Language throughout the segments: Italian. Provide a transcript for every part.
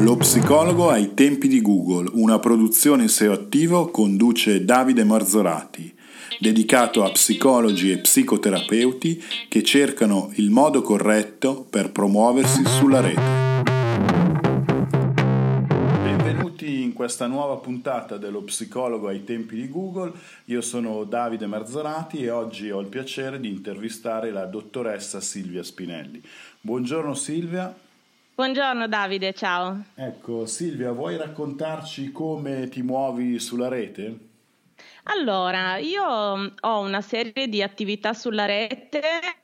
Lo psicologo ai tempi di Google, una produzione SEO attivo, conduce Davide Marzorati, dedicato a psicologi e psicoterapeuti che cercano il modo corretto per promuoversi sulla rete. Benvenuti in questa nuova puntata dello psicologo ai tempi di Google. Io sono Davide Marzorati e oggi ho il piacere di intervistare la dottoressa Silvia Spinelli. Buongiorno Silvia. Buongiorno Davide, ciao. Ecco, Silvia, vuoi raccontarci come ti muovi sulla rete? Allora, io ho una serie di attività sulla rete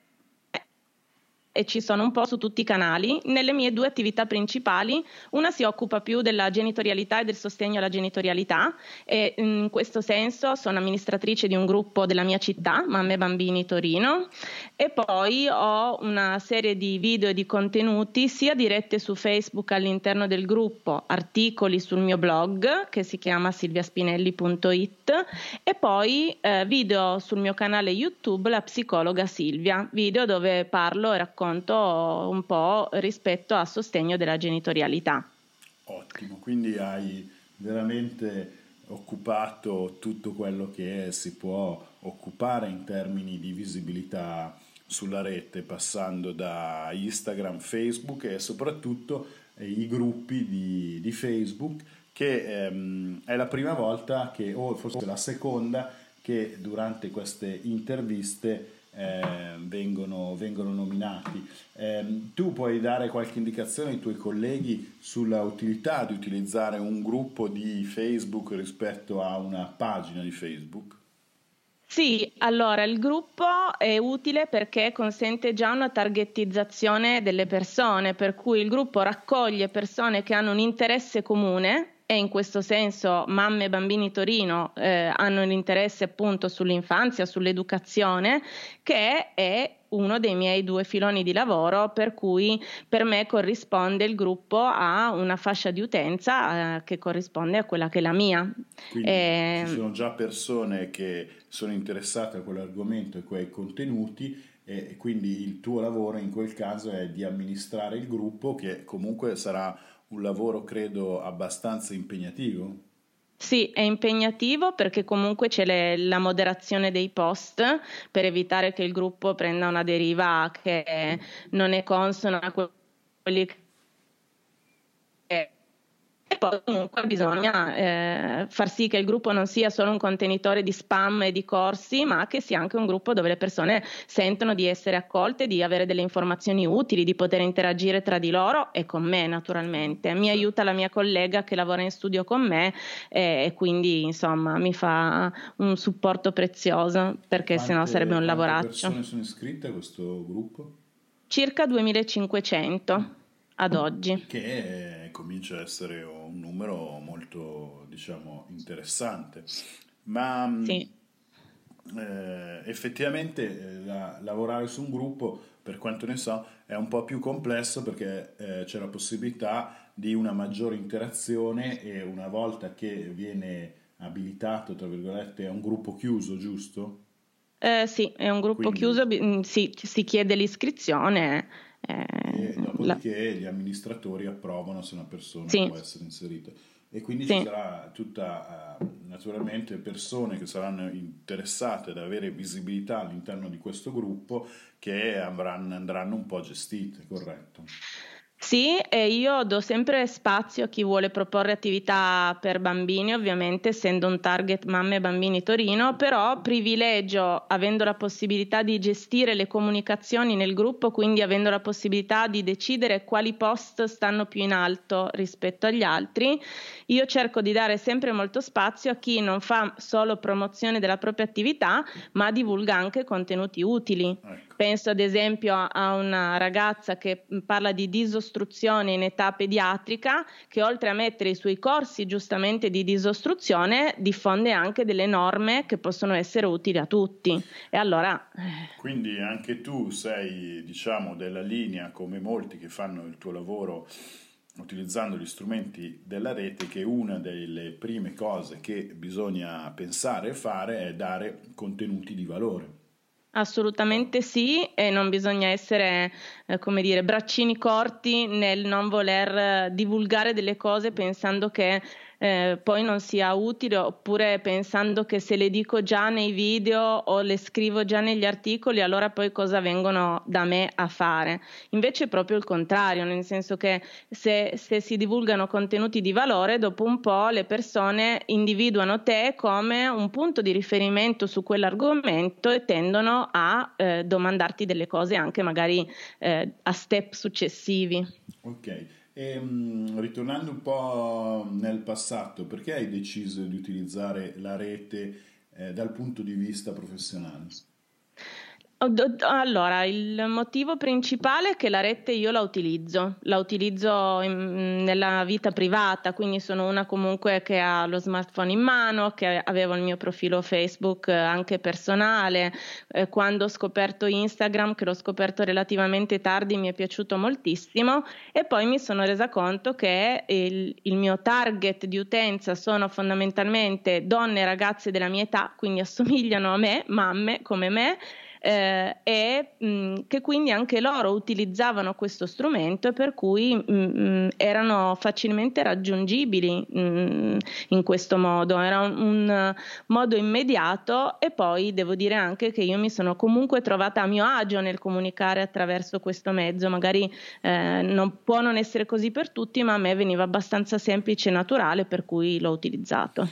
e ci sono un po' su tutti i canali. Nelle mie due attività principali, una si occupa più della genitorialità e del sostegno alla genitorialità e in questo senso sono amministratrice di un gruppo della mia città, Mamme e Bambini Torino, e poi ho una serie di video e di contenuti sia dirette su Facebook all'interno del gruppo, articoli sul mio blog che si chiama silviaspinelli.it e poi video sul mio canale YouTube La Psicologa Silvia, video dove parlo e racconto un po' rispetto a sostegno della genitorialità. Ottimo, quindi hai veramente occupato tutto quello che si può occupare in termini di visibilità sulla rete, passando da Instagram, Facebook e soprattutto i gruppi di Facebook, che è la prima volta che, o forse la seconda, che durante queste interviste vengono nominati. Tu puoi dare qualche indicazione ai tuoi colleghi sulla utilità di utilizzare un gruppo di Facebook rispetto a una pagina di Facebook? Sì, allora il gruppo è utile perché consente già una targettizzazione delle persone, per cui il gruppo raccoglie persone che hanno un interesse comune. E in questo senso Mamme e Bambini Torino hanno l'interesse appunto sull'infanzia, sull'educazione, che è uno dei miei due filoni di lavoro, per cui per me corrisponde il gruppo a una fascia di utenza che corrisponde a quella che è la mia. Quindi ci sono già persone che sono interessate a quell'argomento e quei contenuti, e quindi il tuo lavoro in quel caso è di amministrare il gruppo, che comunque sarà un lavoro, credo, abbastanza impegnativo. Sì, è impegnativo perché comunque c'è la moderazione dei post per evitare che il gruppo prenda una deriva che non è consona a quelli che... E poi comunque bisogna far sì che il gruppo non sia solo un contenitore di spam e di corsi, ma che sia anche un gruppo dove le persone sentono di essere accolte, di avere delle informazioni utili, di poter interagire tra di loro e con me naturalmente. Mi aiuta la mia collega che lavora in studio con me e quindi insomma mi fa un supporto prezioso, perché sennò sarebbe un lavoraccio. Quante persone sono iscritte a questo gruppo? Circa 2500 ad oggi. Che comincia a essere un numero molto, diciamo, interessante. Ma Sì. effettivamente lavorare su un gruppo, per quanto ne so, è un po' più complesso perché c'è la possibilità di una maggiore interazione, e una volta che viene abilitato, tra virgolette, è un gruppo chiuso, giusto? Sì, è un gruppo chiuso, sì, si chiede l'iscrizione. E dopodiché gli amministratori approvano se una persona Sì. può essere inserita. E quindi Sì. ci sarà tutta, naturalmente, persone che saranno interessate ad avere visibilità all'interno di questo gruppo, che andranno un po' gestite, corretto? Sì, e io do sempre spazio a chi vuole proporre attività per bambini, ovviamente essendo un target Mamme e Bambini Torino, però privilegio, avendo la possibilità di gestire le comunicazioni nel gruppo, quindi avendo la possibilità di decidere quali post stanno più in alto rispetto agli altri, io cerco di dare sempre molto spazio a chi non fa solo promozione della propria attività, ma divulga anche contenuti utili. Ecco. Penso ad esempio a una ragazza che parla di disostruzione in età pediatrica, che oltre a mettere i suoi corsi giustamente di disostruzione, diffonde anche delle norme che possono essere utili a tutti. E allora... Quindi anche tu sei, diciamo, della linea, come molti che fanno il tuo lavoro utilizzando gli strumenti della rete, che una delle prime cose che bisogna pensare e fare è dare contenuti di valore. Assolutamente sì, e non bisogna essere, come dire, braccini corti nel non voler divulgare delle cose pensando che poi non sia utile, oppure pensando che se le dico già nei video o le scrivo già negli articoli, allora poi cosa vengono da me a fare. Invece è proprio il contrario, nel senso che se si divulgano contenuti di valore, dopo un po' le persone individuano te come un punto di riferimento su quell'argomento e tendono a domandarti delle cose anche magari a step successivi. Ok, e ritornando un po' nel passato, perché hai deciso di utilizzare la rete dal punto di vista professionale? Allora, il motivo principale è che la rete io la utilizzo nella vita privata, quindi sono una comunque che ha lo smartphone in mano, che avevo il mio profilo Facebook anche personale. Quando ho scoperto Instagram, che l'ho scoperto relativamente tardi, mi è piaciuto moltissimo, e poi mi sono resa conto che il mio target di utenza sono fondamentalmente donne e ragazze della mia età, quindi assomigliano a me, mamme come me, e che quindi anche loro utilizzavano questo strumento e per cui erano facilmente raggiungibili in questo modo. Era un modo immediato, e poi devo dire anche che io mi sono comunque trovata a mio agio nel comunicare attraverso questo mezzo. Magari può non essere così per tutti, ma a me veniva abbastanza semplice e naturale, per cui l'ho utilizzato.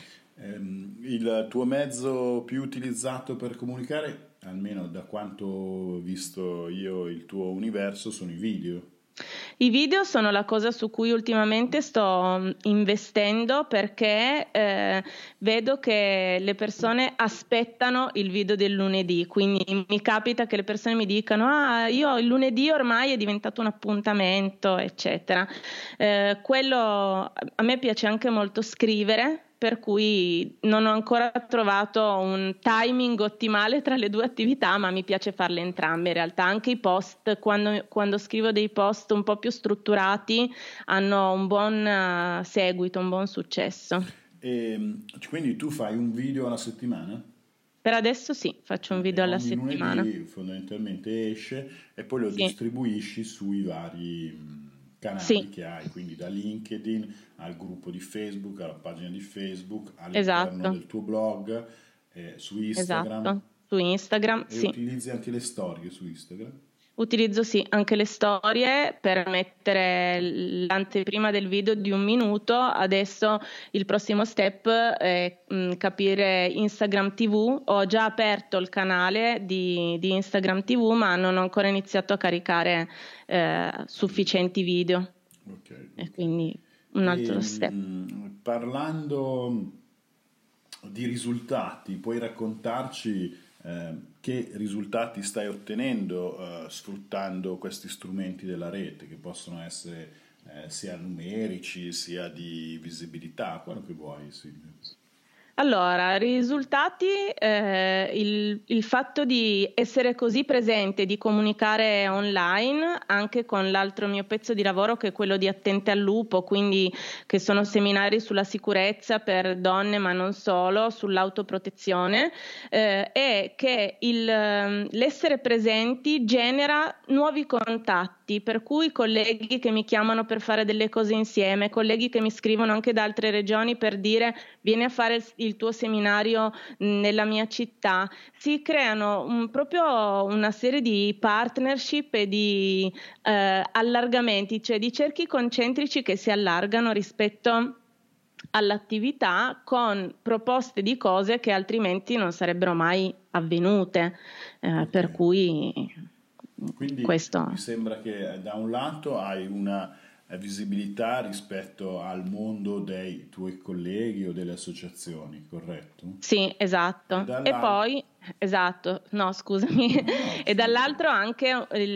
Il tuo mezzo più utilizzato per comunicare, almeno da quanto ho visto io il tuo universo, sono i video. I video sono la cosa su cui ultimamente sto investendo, perché vedo che le persone aspettano il video del lunedì, quindi mi capita che le persone mi dicano: ah, io il lunedì ormai è diventato un appuntamento, eccetera. Quello, a me piace anche molto scrivere, per cui non ho ancora trovato un timing ottimale tra le due attività, ma mi piace farle entrambe in realtà. Anche i post, quando scrivo dei post un po' più strutturati, hanno un buon seguito, un buon successo. E quindi tu fai un video alla settimana? Per adesso sì, faccio un video alla Ogni settimana. lunedì fondamentalmente esce e poi lo Sì, distribuisci sui vari canali sì, che hai, quindi da LinkedIn al gruppo di Facebook, alla pagina di Facebook, all'interno esatto, del tuo blog, su Instagram, esatto. Su Instagram, e sì. utilizzi anche le storie su Instagram. Utilizzo sì anche le storie per mettere l'anteprima del video di 1 minuto. Adesso il prossimo step è capire Instagram TV. Ho già aperto il canale di Instagram TV, ma non ho ancora iniziato a caricare sufficienti video. Ok, E ok. quindi un altro step. Parlando di risultati, puoi raccontarci che risultati stai ottenendo sfruttando questi strumenti della rete, che possono essere sia numerici sia di visibilità, quello che vuoi, Silvia. Allora, risultati, il fatto di essere così presente, di comunicare online, anche con l'altro mio pezzo di lavoro che è quello di Attente al Lupo, quindi che sono seminari sulla sicurezza per donne, ma non solo, sull'autoprotezione, e che l'essere presenti genera nuovi contatti, per cui colleghi che mi chiamano per fare delle cose insieme, colleghi che mi scrivono anche da altre regioni per dire: vieni a fare il tuo seminario nella mia città. Si creano proprio una serie di partnership e di allargamenti, cioè di cerchi concentrici che si allargano rispetto all'attività, con proposte di cose che altrimenti non sarebbero mai avvenute. Ok. Per cui Quindi mi questo. sembra che da un lato hai una visibilità rispetto al mondo dei tuoi colleghi o delle associazioni, corretto? Sì, E esatto. E dall'altro... poi, esatto, no, scusami, No, no, e dall'altro anche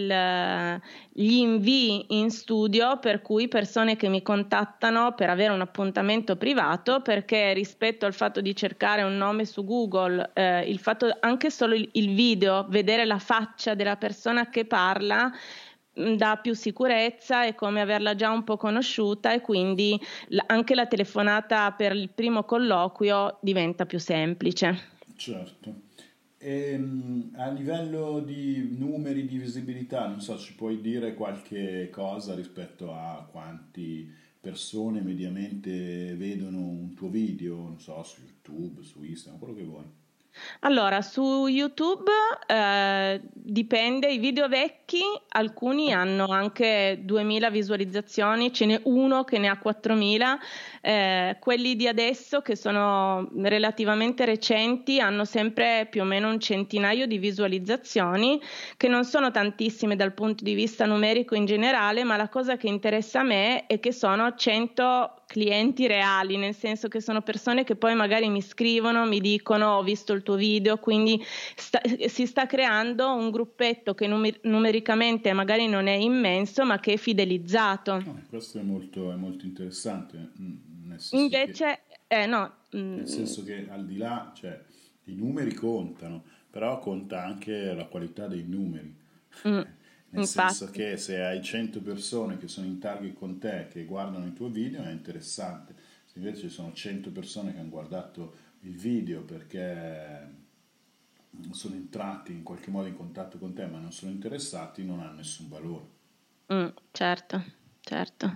gli invii in studio, per cui persone che mi contattano per avere un appuntamento privato, perché rispetto al fatto di cercare un nome su Google, il fatto anche solo il video, vedere la faccia della persona che parla, dà più sicurezza, è come averla già un po' conosciuta, e quindi anche la telefonata per il primo colloquio diventa più semplice. certo. A livello di numeri di visibilità, non so, ci puoi dire qualche cosa rispetto a quanti persone mediamente vedono un tuo video, non so, su YouTube, su Instagram, quello che vuoi. Allora, su YouTube dipende, i video vecchi, alcuni hanno anche 2000 visualizzazioni, ce n'è uno che ne ha 4000, quelli di adesso che sono relativamente recenti hanno sempre più o meno un centinaio di visualizzazioni, che non sono tantissime dal punto di vista numerico in generale, ma la cosa che interessa a me è che sono 100 clienti reali, nel senso che sono persone che poi magari mi scrivono, mi dicono ho visto il tuo video, quindi si sta creando un gruppetto che numericamente magari non è immenso, ma che è fidelizzato. Questo è molto interessante, nel senso che, Invece, no, nel senso che al di là, cioè, i numeri contano, però conta anche la qualità dei numeri. Nel senso infatti. che se hai 100 persone che sono in target con te, che guardano i tuoi video, è interessante. Se invece ci sono 100 persone che hanno guardato il video perché sono entrati in qualche modo in contatto con te ma non sono interessati, non ha nessun valore. Certo, certo.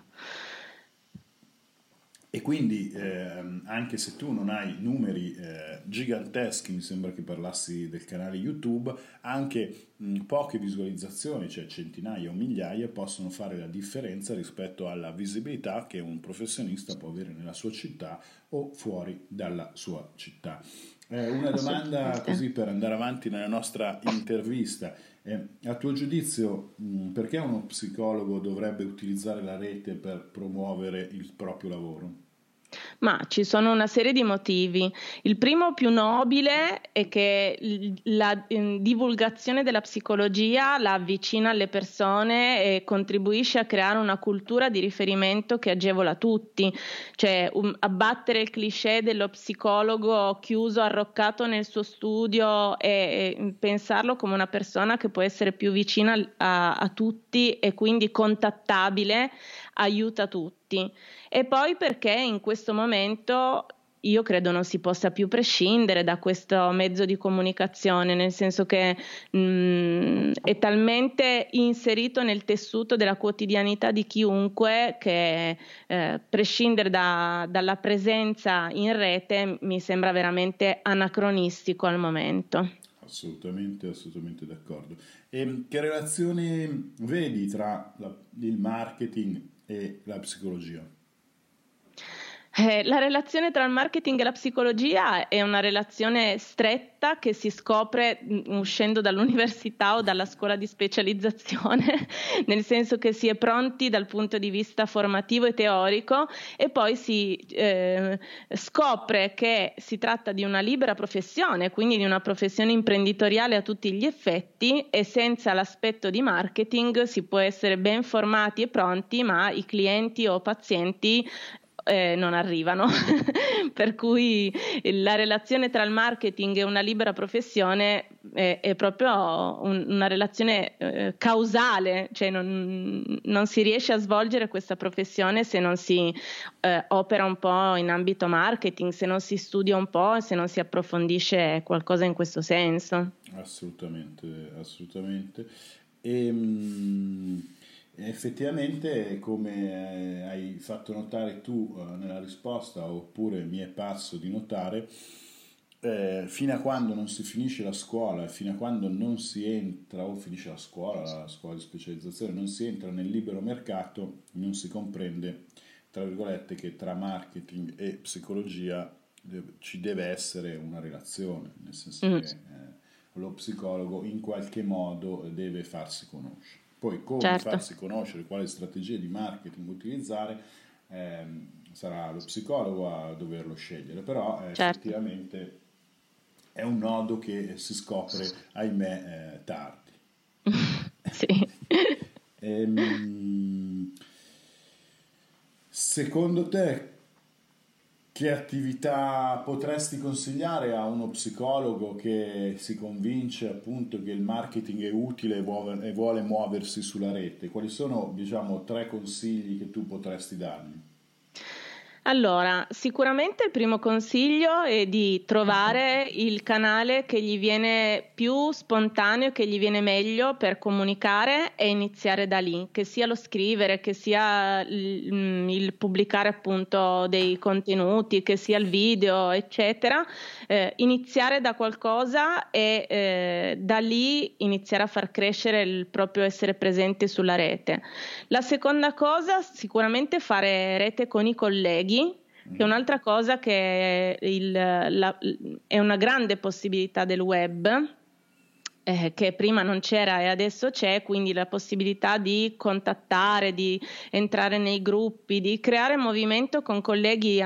E quindi anche se tu non hai numeri giganteschi, mi sembra che parlassi del canale YouTube, anche poche visualizzazioni, cioè centinaia o migliaia, possono fare la differenza rispetto alla visibilità che un professionista può avere nella sua città o fuori dalla sua città. Una domanda Assolutamente. così per andare avanti nella nostra intervista. A tuo giudizio, perché uno psicologo dovrebbe utilizzare la rete per promuovere il proprio lavoro? Ma ci sono una serie di motivi. Il primo più nobile è che la divulgazione della psicologia la avvicina alle persone e contribuisce a creare una cultura di riferimento che agevola tutti. Cioè, abbattere il cliché dello psicologo chiuso, arroccato nel suo studio e pensarlo come una persona che può essere più vicina a tutti e quindi contattabile aiuta tutti. E poi perché in questo momento io credo non si possa più prescindere da questo mezzo di comunicazione, nel senso che è talmente inserito nel tessuto della quotidianità di chiunque che prescindere dalla presenza in rete mi sembra veramente anacronistico al momento. Assolutamente, assolutamente d'accordo. E che relazione vedi tra il marketing e la psicologia? La relazione tra il marketing e la psicologia è una relazione stretta che si scopre uscendo dall'università o dalla scuola di specializzazione, nel senso che si è pronti dal punto di vista formativo e teorico e poi si scopre che si tratta di una libera professione, quindi di una professione imprenditoriale a tutti gli effetti e senza l'aspetto di marketing si può essere ben formati e pronti, ma i clienti o pazienti non arrivano, per cui la relazione tra il marketing e una libera professione è proprio una relazione causale, cioè non si riesce a svolgere questa professione se non si opera un po' in ambito marketing, se non si studia un po', se non si approfondisce qualcosa in questo senso. Assolutamente, assolutamente. E, effettivamente, come hai fatto notare tu nella risposta, oppure mi è parso di notare, fino a quando non si finisce la scuola, fino a quando non si entra o finisce la scuola di specializzazione, non si entra nel libero mercato, non si comprende, tra virgolette, che tra marketing e psicologia ci deve essere una relazione, nel senso Mm, che lo psicologo in qualche modo deve farsi conoscere. Poi come certo, farsi conoscere, quale strategie di marketing utilizzare, sarà lo psicologo a doverlo scegliere, però certo. effettivamente è un nodo che si scopre, ahimè, tardi. Sì. Ehm, Secondo te che attività potresti consigliare a uno psicologo che si convince appunto che il marketing è utile e vuole muoversi sulla rete? Quali sono, diciamo, tre consigli che tu potresti dargli? Allora, sicuramente il primo consiglio è di trovare il canale che gli viene più spontaneo, che gli viene meglio per comunicare e iniziare da lì, che sia lo scrivere, che sia il pubblicare appunto dei contenuti, che sia il video, eccetera. Iniziare da qualcosa e da lì iniziare a far crescere il proprio essere presente sulla rete. La seconda cosa, sicuramente fare rete con i colleghi, che è un'altra cosa che è una grande possibilità del web, che prima non c'era e adesso c'è, quindi la possibilità di contattare, di entrare nei gruppi, di creare movimento con colleghi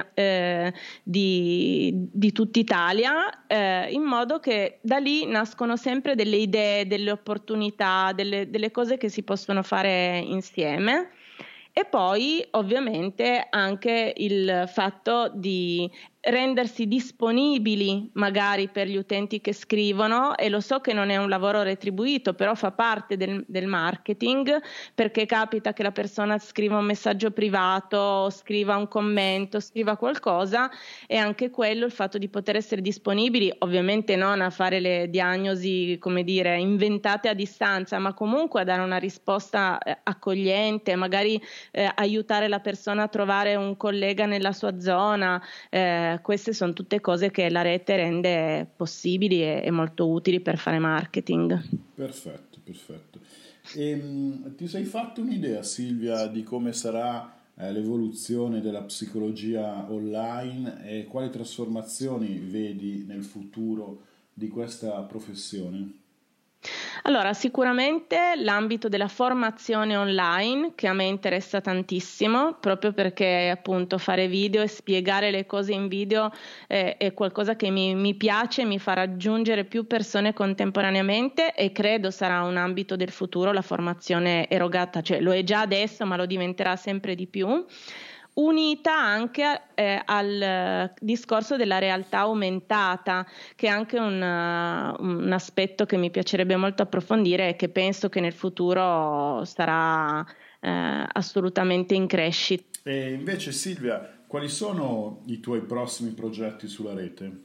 di tutta Italia, in modo che da lì nascono sempre delle idee, delle opportunità, delle cose che si possono fare insieme. E poi ovviamente anche il fatto di rendersi disponibili magari per gli utenti che scrivono, e lo so che non è un lavoro retribuito, però fa parte del marketing, perché capita che la persona scriva un messaggio privato, scriva un commento, scriva qualcosa, e anche quello, il fatto di poter essere disponibili, ovviamente non a fare le diagnosi, come dire, inventate a distanza, ma comunque a dare una risposta accogliente, magari aiutare la persona a trovare un collega nella sua zona. Queste sono tutte cose che la rete rende possibili e molto utili per fare marketing. Perfetto, perfetto. E, ti sei fatto un'idea, Silvia, di come sarà l'evoluzione della psicologia online e quali trasformazioni vedi nel futuro di questa professione? Allora, sicuramente l'ambito della formazione online, che a me interessa tantissimo, proprio perché appunto fare video e spiegare le cose in video è qualcosa che mi piace, mi fa raggiungere più persone contemporaneamente, e credo sarà un ambito del futuro la formazione erogata, cioè lo è già adesso, ma lo diventerà sempre di più, unita anche al discorso della realtà aumentata, che è anche un aspetto che mi piacerebbe molto approfondire e che penso che nel futuro sarà assolutamente in crescita. E invece, Silvia, quali sono i tuoi prossimi progetti sulla rete?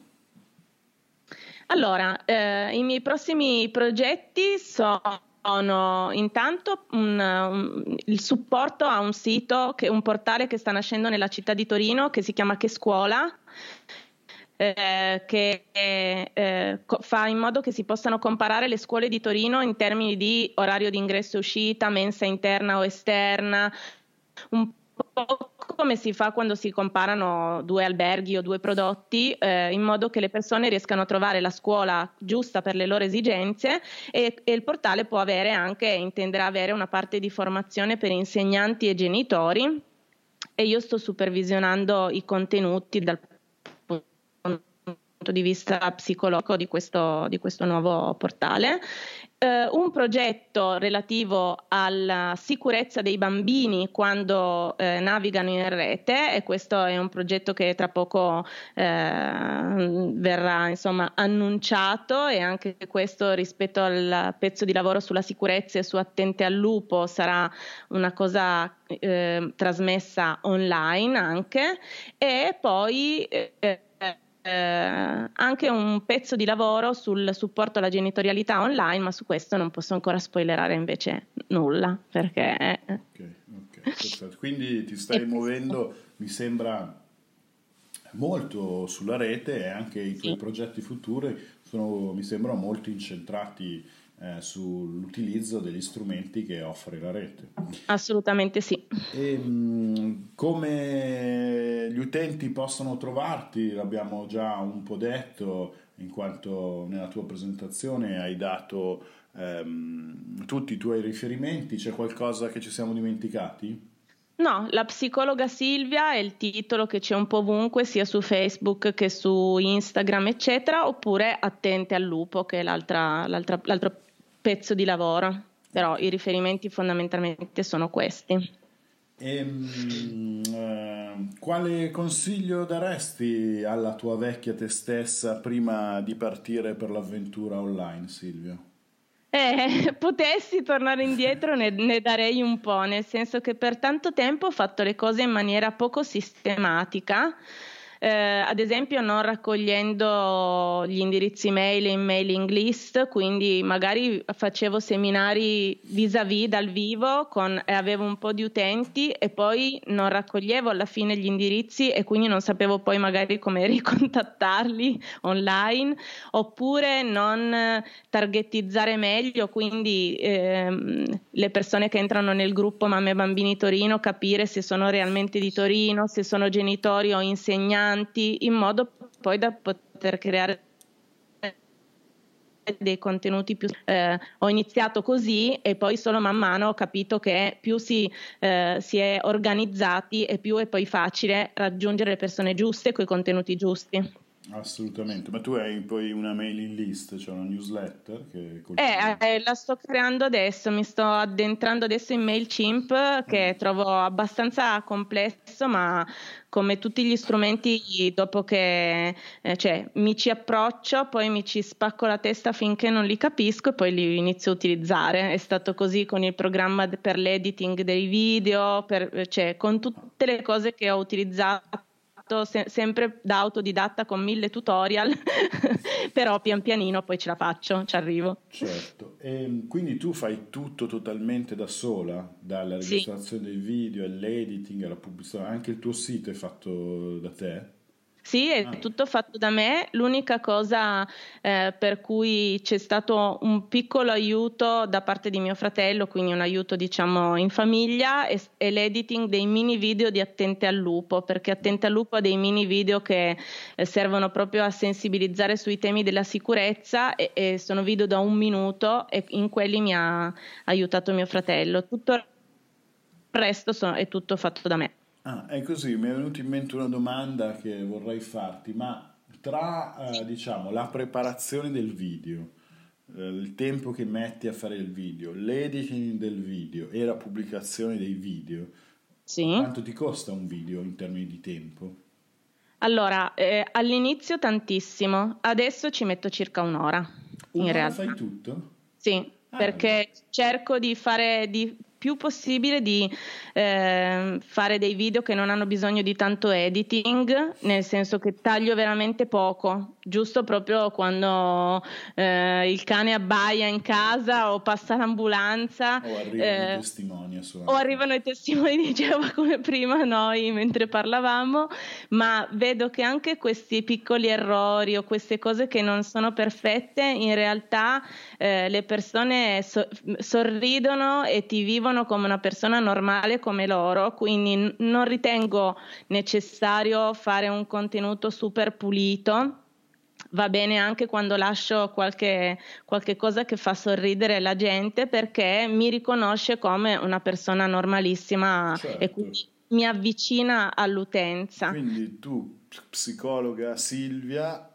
Allora, i miei prossimi progetti sono intanto il supporto a un sito, un portale che sta nascendo nella città di Torino, che si chiama Che Scuola, che fa in modo che si possano comparare le scuole di Torino in termini di orario di ingresso e uscita, mensa interna o esterna, un po' come si fa quando si comparano due alberghi o due prodotti, in modo che le persone riescano a trovare la scuola giusta per le loro esigenze, e il portale può avere anche, intenderà avere una parte di formazione per insegnanti e genitori, e io sto supervisionando i contenuti dal punto di vista psicologico di questo nuovo portale. Un progetto relativo alla sicurezza dei bambini quando navigano in rete, e questo è un progetto che tra poco verrà insomma annunciato, e anche questo, rispetto al pezzo di lavoro sulla sicurezza e su Attente al Lupo, sarà una cosa trasmessa online anche. E poi anche un pezzo di lavoro sul supporto alla genitorialità online, ma su questo non posso ancora spoilerare invece nulla, perché Ok, perfetto. Quindi ti stai muovendo, mi sembra, molto sulla rete, e anche i tuoi sì, progetti futuri sono, mi sembrano, molto incentrati sull'utilizzo degli strumenti che offre la rete. assolutamente sì. E come gli utenti possono trovarti, l'abbiamo già un po' detto, in quanto nella tua presentazione hai dato tutti i tuoi riferimenti. C'è qualcosa che ci siamo dimenticati? No, la psicologa Silvia è il titolo che c'è un po' ovunque, sia su Facebook che su Instagram, eccetera, oppure Attente al Lupo, che è l'altro pezzo di lavoro. Però i riferimenti fondamentalmente sono questi. E, quale consiglio daresti alla tua vecchia te stessa prima di partire per l'avventura online, Silvio? Potessi tornare indietro ne darei un po', nel senso che per tanto tempo ho fatto le cose in maniera poco sistematica, ad esempio non raccogliendo gli indirizzi mail in mailing list, quindi magari facevo seminari vis-à-vis dal vivo e avevo un po' di utenti e poi non raccoglievo alla fine gli indirizzi e quindi non sapevo poi magari come ricontattarli online, oppure non targetizzare meglio, quindi le persone che entrano nel gruppo Mamme e Bambini Torino, capire se sono realmente di Torino, se sono genitori o insegnanti, in modo poi da poter creare dei contenuti più. Ho iniziato così e poi solo man mano ho capito che più si è organizzati e più è poi facile raggiungere le persone giuste con i contenuti giusti. Assolutamente, ma tu hai poi una mailing list, cioè una newsletter che La sto creando adesso, mi sto addentrando adesso in MailChimp, che trovo abbastanza complesso, ma come tutti gli strumenti, dopo che cioè, mi ci approccio, poi mi ci spacco la testa finché non li capisco e poi li inizio a utilizzare. È stato così con il programma per l'editing dei video, cioè, con tutte le cose che ho utilizzato. Sempre da autodidatta con 1000 tutorial, però pian pianino poi ce la faccio, ci arrivo. Certo, e quindi tu fai tutto totalmente da sola, dalla Sì. registrazione dei video all'editing, alla pubblicità, anche il tuo sito è fatto da te? Sì, è Ah, tutto fatto da me. L'unica cosa per cui c'è stato un piccolo aiuto da parte di mio fratello, quindi un aiuto diciamo in famiglia, è l'editing dei mini video di Attente al Lupo, perché Attente al Lupo ha dei mini video che servono proprio a sensibilizzare sui temi della sicurezza e sono video da 1 minuto e in quelli mi ha aiutato mio fratello. Tutto il resto è tutto fatto da me. è così, mi è venuta in mente una domanda che vorrei farti, ma tra, diciamo, la preparazione del video, il tempo che metti a fare il video, l'editing del video e la pubblicazione dei video, Sì. quanto ti costa un video in termini di tempo? Allora, all'inizio tantissimo, adesso ci metto circa 1 ora, in Un'ora fai realtà. tutto? Sì, Ah, perché cerco di fare di più possibile di fare dei video che non hanno bisogno di tanto editing, nel senso che taglio veramente poco, giusto proprio quando il cane abbaia in casa o passa l'ambulanza. o arrivano i eh, testimoni o assolutamente. arrivano i testimoni, diceva come prima noi mentre parlavamo, ma vedo che anche questi piccoli errori o queste cose che non sono perfette, in realtà le persone sorridono e ti vivono come una persona normale come loro, quindi non ritengo necessario fare un contenuto super pulito. Va bene anche quando lascio qualche cosa che fa sorridere la gente perché mi riconosce come una persona normalissima e Certo. quindi mi avvicina all'utenza. Quindi tu, psicologa Silvia,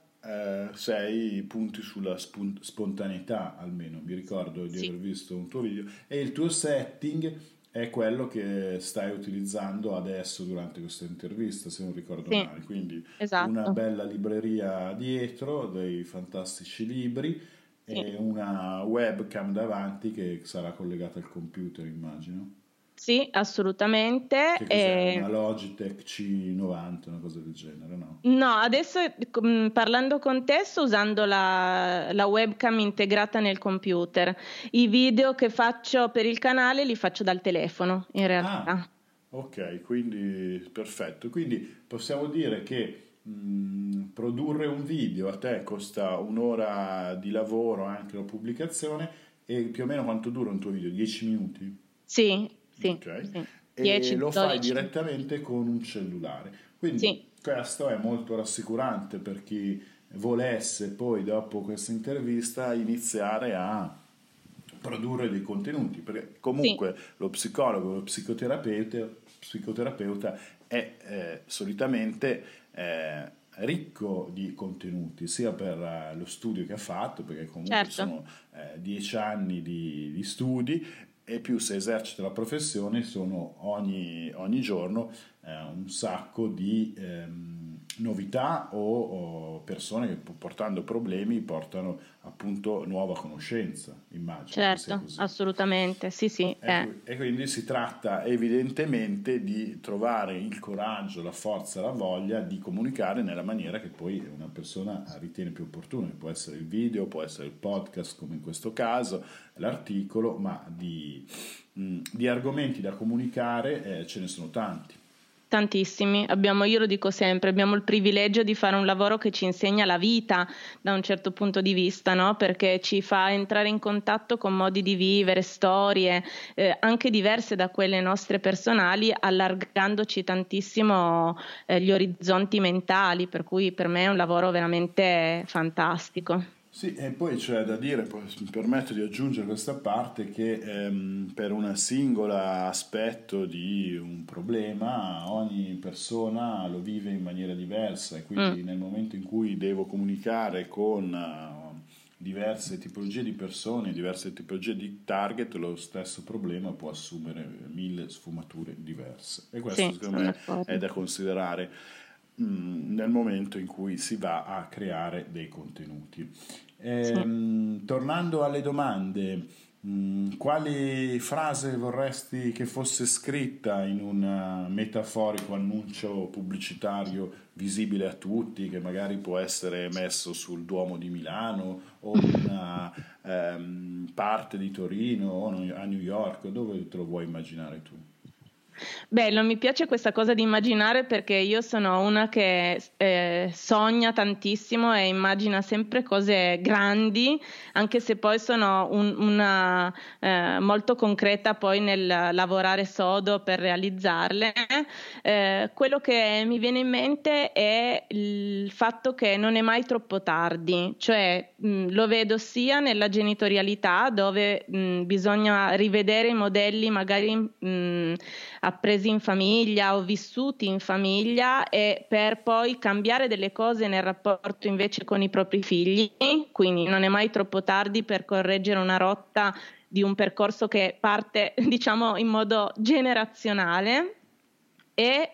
punti sulla spontaneità, almeno mi ricordo di Sì, aver visto un tuo video, e il tuo setting è quello che stai utilizzando adesso durante questa intervista, se non ricordo sì, male. Quindi una esatto. bella libreria dietro, dei fantastici libri Sì. e una webcam davanti che sarà collegata al computer, immagino. Sì, assolutamente. Che cos'è? Una Logitech C90, una cosa del genere, no? No, adesso parlando con te sto usando la webcam integrata nel computer. I video che faccio per il canale li faccio dal telefono, in Ah, realtà. ok, quindi perfetto. Quindi possiamo dire che produrre un video a te costa un'ora di lavoro, anche la pubblicazione, e più o meno quanto dura un tuo video? 10 minuti? Sì, sì, Ok. sì. E lo fai 10-12. direttamente con un cellulare. Quindi Sì, questo è molto rassicurante per chi volesse poi, dopo questa intervista, iniziare a produrre dei contenuti, perché sì, comunque lo psicologo, psicoterapeuta è solitamente ricco di contenuti, sia per lo studio che ha fatto, perché comunque certo. sono 10 anni di studi, e più si esercita la professione, sono ogni giorno un sacco di novità o persone che portando problemi portano appunto nuova conoscenza, immagino che sia Certo, così. assolutamente, sì. E quindi si tratta evidentemente di trovare il coraggio, la forza, la voglia di comunicare nella maniera che poi una persona ritiene più opportuna, che può essere il video, può essere il podcast come in questo caso, l'articolo, ma di argomenti da comunicare ce ne sono tanti. Tantissimi, io lo dico sempre, abbiamo il privilegio di fare un lavoro che ci insegna la vita da un certo punto di vista, no? Perché ci fa entrare in contatto con modi di vivere, storie, anche diverse da quelle nostre personali, allargandoci tantissimo gli orizzonti mentali, per cui per me è un lavoro veramente fantastico. Sì, e poi c'è da dire, poi mi permetto di aggiungere questa parte, che per un singolo aspetto di un problema ogni persona lo vive in maniera diversa e quindi nel momento in cui devo comunicare con diverse tipologie di persone, diverse tipologie di target, lo stesso problema può assumere 1000 sfumature diverse e questo Sì, secondo me è da considerare nel momento in cui si va a creare dei contenuti. Tornando alle domande, quali frase vorresti che fosse scritta in un metaforico annuncio pubblicitario visibile a tutti, che magari può essere messo sul Duomo di Milano o in una parte di Torino o a New York, dove te lo vuoi immaginare tu? Beh, non mi piace questa cosa di immaginare perché io sono una che sogna tantissimo e immagina sempre cose grandi, anche se poi sono una molto concreta poi nel lavorare sodo per realizzarle. Quello che mi viene in mente è il fatto che non è mai troppo tardi, cioè lo vedo sia nella genitorialità dove bisogna rivedere i modelli magari appresi in famiglia o vissuti in famiglia e per poi cambiare delle cose nel rapporto invece con i propri figli, quindi non è mai troppo tardi per correggere una rotta di un percorso che parte diciamo in modo generazionale. E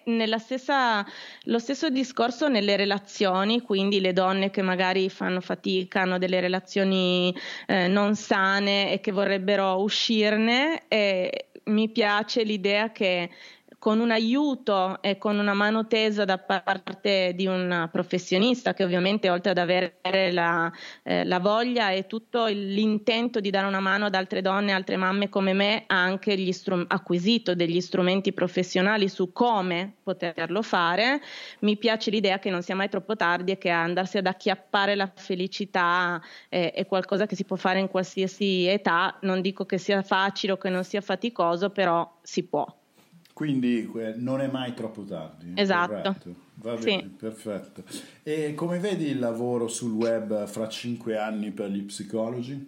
lo stesso discorso nelle relazioni, quindi le donne che magari fanno fatica, hanno delle relazioni non sane e che vorrebbero uscirne, e mi piace l'idea che con un aiuto e con una mano tesa da parte di un professionista che ovviamente oltre ad avere la voglia e tutto l'intento di dare una mano ad altre donne, altre mamme come me, ha anche acquisito degli strumenti professionali su come poterlo fare. Mi piace l'idea che non sia mai troppo tardi e che andarsi ad acchiappare la felicità è qualcosa che si può fare in qualsiasi età. Non dico che sia facile o che non sia faticoso, però si può. Quindi non è mai troppo tardi. Esatto. Corretto. Va bene, sì. Perfetto. E come vedi il lavoro sul web fra 5 anni per gli psicologi?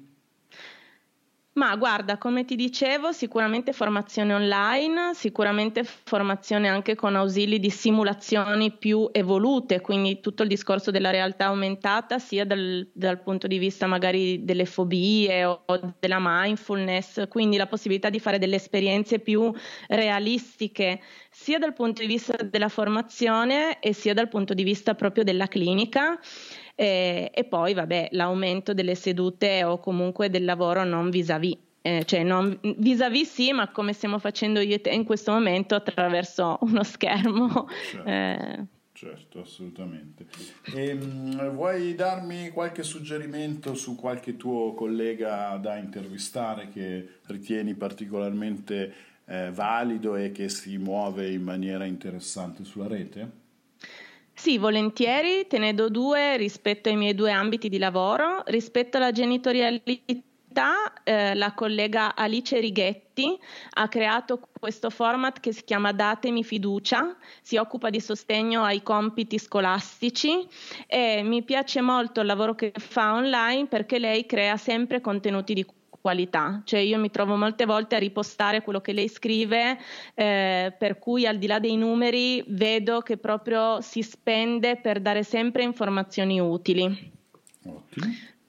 Ma guarda, come ti dicevo, sicuramente formazione online, sicuramente formazione anche con ausili di simulazioni più evolute, quindi tutto il discorso della realtà aumentata, sia dal punto di vista magari delle fobie o della mindfulness, quindi la possibilità di fare delle esperienze più realistiche, sia dal punto di vista della formazione e sia dal punto di vista proprio della clinica. E poi vabbè, l'aumento delle sedute o comunque del lavoro non vis-à-vis, cioè non vis-à-vis sì, ma come stiamo facendo io e te in questo momento attraverso uno schermo. Certo, assolutamente. Vuoi darmi qualche suggerimento su qualche tuo collega da intervistare che ritieni particolarmente valido e che si muove in maniera interessante sulla rete? Sì, volentieri, te ne do due rispetto ai miei due ambiti di lavoro. Rispetto alla genitorialità, la collega Alice Righetti ha creato questo format che si chiama Datemi fiducia, si occupa di sostegno ai compiti scolastici e mi piace molto il lavoro che fa online perché lei crea sempre contenuti di qualità, cioè io mi trovo molte volte a ripostare quello che lei scrive, per cui al di là dei numeri vedo che proprio si spende per dare sempre informazioni utili. Ottimo.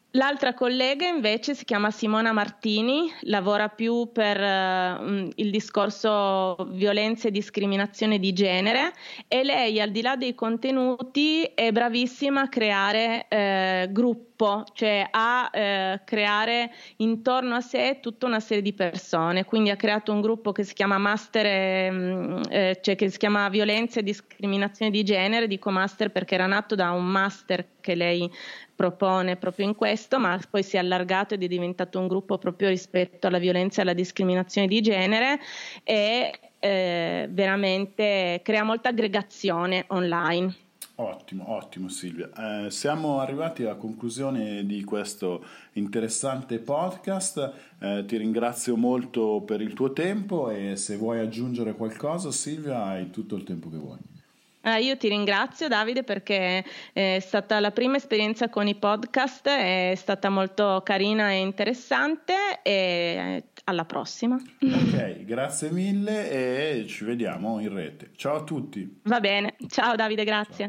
L'altra collega invece si chiama Simona Martini, lavora più per il discorso violenza e discriminazione di genere, e lei, al di là dei contenuti, è bravissima a creare gruppo, cioè a creare intorno a sé tutta una serie di persone. Quindi ha creato un gruppo che si chiama cioè che si chiama Violenza e discriminazione di genere. Dico master perché era nato da un master che lei propone proprio in questo, ma poi si è allargato ed è diventato un gruppo proprio rispetto alla violenza e alla discriminazione di genere, e veramente crea molta aggregazione online. Ottimo Silvia. Siamo arrivati alla conclusione di questo interessante podcast. Ti ringrazio molto per il tuo tempo, e se vuoi aggiungere qualcosa, Silvia, hai tutto il tempo che vuoi. Io ti ringrazio, Davide, perché è stata la prima esperienza con i podcast, è stata molto carina e interessante, e alla prossima. Ok, grazie mille e ci vediamo in rete. Ciao a tutti. Va bene, ciao Davide, grazie.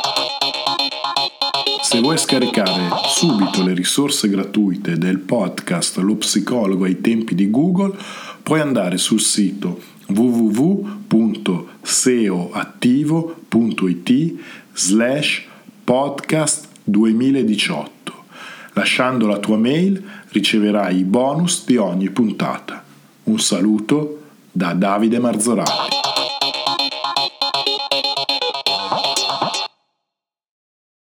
Se vuoi scaricare subito le risorse gratuite del podcast Lo Psicologo ai tempi di Google, puoi andare sul sito www.seoattivo.it/podcast 2018. Lasciando la tua mail riceverai i bonus di ogni puntata. Un saluto da Davide Marzorati.